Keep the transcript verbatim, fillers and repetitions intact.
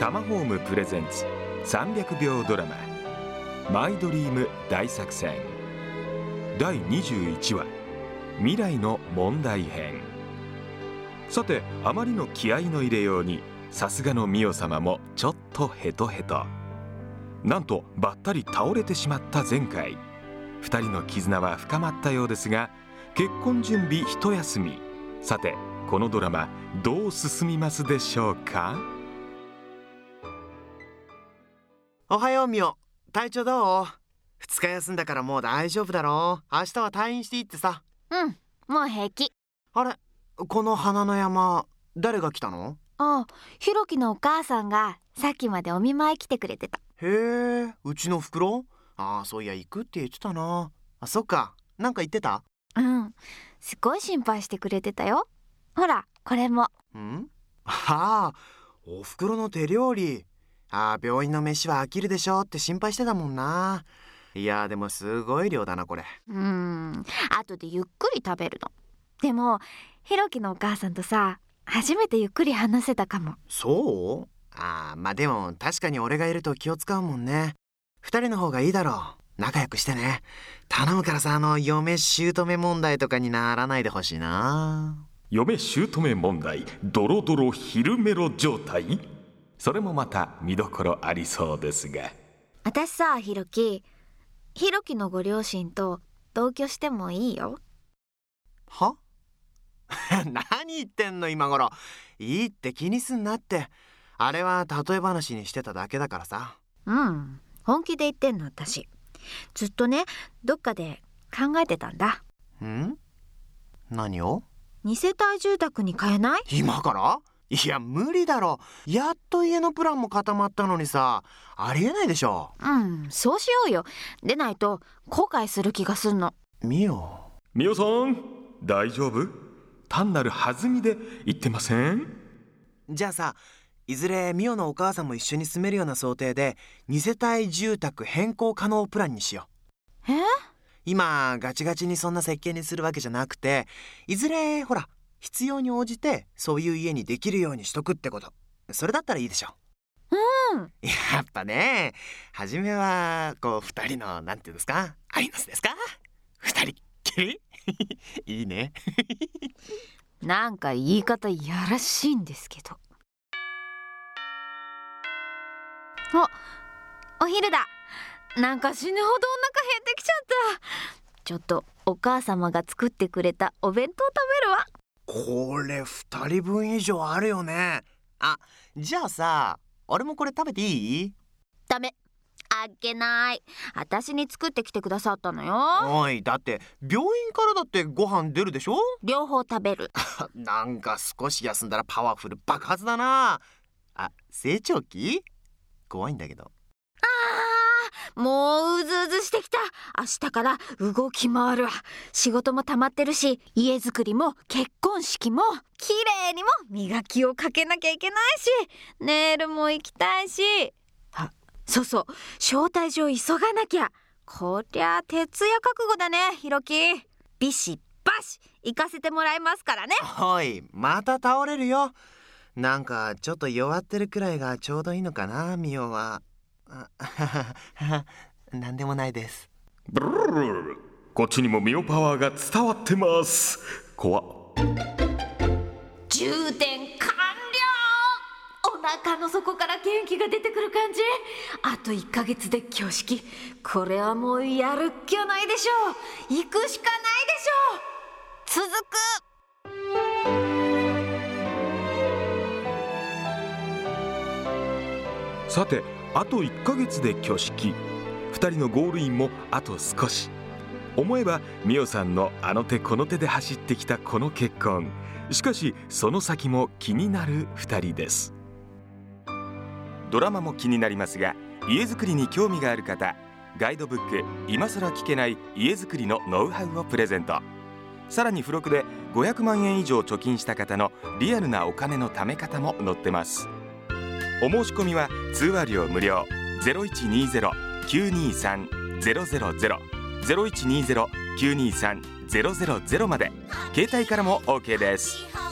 タマホームプレゼンツさんびゃくびょうドラママイドリーム大作戦だいにじゅういちわ未来の問題編。さて、あまりの気合の入れようにさすがのミオ様もちょっとヘトヘト。なんとばったり倒れてしまった前回、二人の絆は深まったようですが、結婚準備一休み。さて、このドラマどう進みますでしょうか。 おはようミオ、体調どう？二日休んだからもう大丈夫だろう。明日は退院していいってさ。 うん、もう平気。 あれ、この花の山誰が来たの？ ああ、ひろきのお母さんがさっきまでお見舞い来てくれてた。 へえ、うちの袋？ああ、そういや行くって言ってたな。あ、そっか。なんか言ってた？ うん、すごい心配してくれてたよ。ほら、これも。 ん？ああ、お袋の手料理。ああ、病院の飯は飽きるでしょって心配してたもんな。いやでもすごい量だなこれ。 うーん、後でゆっくり食べるの。でもひろきのお母さんとさ、初めてゆっくり話せたかも。 そう？ああ、まあでも確かに俺がいると気を使うもんね。二人の方がいいだろう。仲良くしてね。頼むからさ、あの嫁姑問題とかにならないでほしいな。 嫁姑問題ドロドロヒルメロ状態、それもまた見どころありそうですが。 私さ、ひろきひろきのご両親と同居してもいいよ。 は？何言ってんの今頃。いいって気にすんなって。あれは例え話にしてただけだからさ。 うん、本気で言ってんの私。ずっとね、どっかで考えてたんだ。 ん？何を？ 二世帯住宅に変えない？ 今から？いや無理だろ。やっと家のプランも固まったのにさ、ありえないでしょ。 うん、そうしようよ。でないと後悔する気がすんの。 ミオ。 ミオさん、大丈夫？単なる弾みで言ってません？ じゃあさ、いずれミオのお母さんも一緒に住めるような想定で二世帯住宅変更可能プランにしよう。え？ 今ガチガチにそんな設計にするわけじゃなくて、いずれほら必要に応じてそういう家にできるようにしとくってこと。それだったらいいでしょ。 うん。 やっぱね、初めはこう二人のなんていうんですか、アイノスですか、二人っきりいいねなんか言い方やらしいんですけど。お、お昼だ。なんか死ぬほどお腹減ってきちゃった。ちょっとお母様が作ってくれたお弁当食べるわ。 これ二人分以上あるよね。あ、じゃあさ、俺もこれ食べていい？ ダメ、あげない。私に作ってきてくださったのよ。 おい、だって病院からだってご飯出るでしょ？両方食べるなんか少し休んだらパワフル爆発だな。あ、成長期？怖いんだけど。 あー、もううずうずしてきた。明日から動き回るわ。仕事も溜まってるし、家づくりも結婚式も綺麗にも磨きをかけなきゃいけないし、ネイルも行きたいし、あ、そうそう、招待状急がなきゃ。こりゃ徹夜覚悟だね、ひろき。ビシバシ行かせてもらいますからね。 おい、また倒れるよ。なんかちょっと弱ってるくらいがちょうどいいのかな、ミオは。あなんでもないです。 ブルルルル、こっちにもミオパワーが伝わってます。怖っ。 充電完了。お腹の底から元気が出てくる感じ。あといっかげつで挙式。これはもうやるっきゃないでしょう。行くしかないでしょう。続く。 さて、あといっかげつで挙式。ふたりのゴールインもあと少し。思えばミオさんのあの手この手で走ってきたこの結婚。しかしその先も気になるふたりです。ドラマも気になりますが、家づくりに興味がある方、ガイドブック今更聞けない家づくりのノウハウをプレゼント。さらに付録でごひゃくまんえん以上貯金した方のリアルなお金の貯め方も載ってます。お申し込みは通話料無料。ゼロいちにゼロ きゅうにさん ゼロゼロゼロ ゼロいちにゼロ きゅうにさん ゼロゼロゼロまで。携帯からも オーケー です。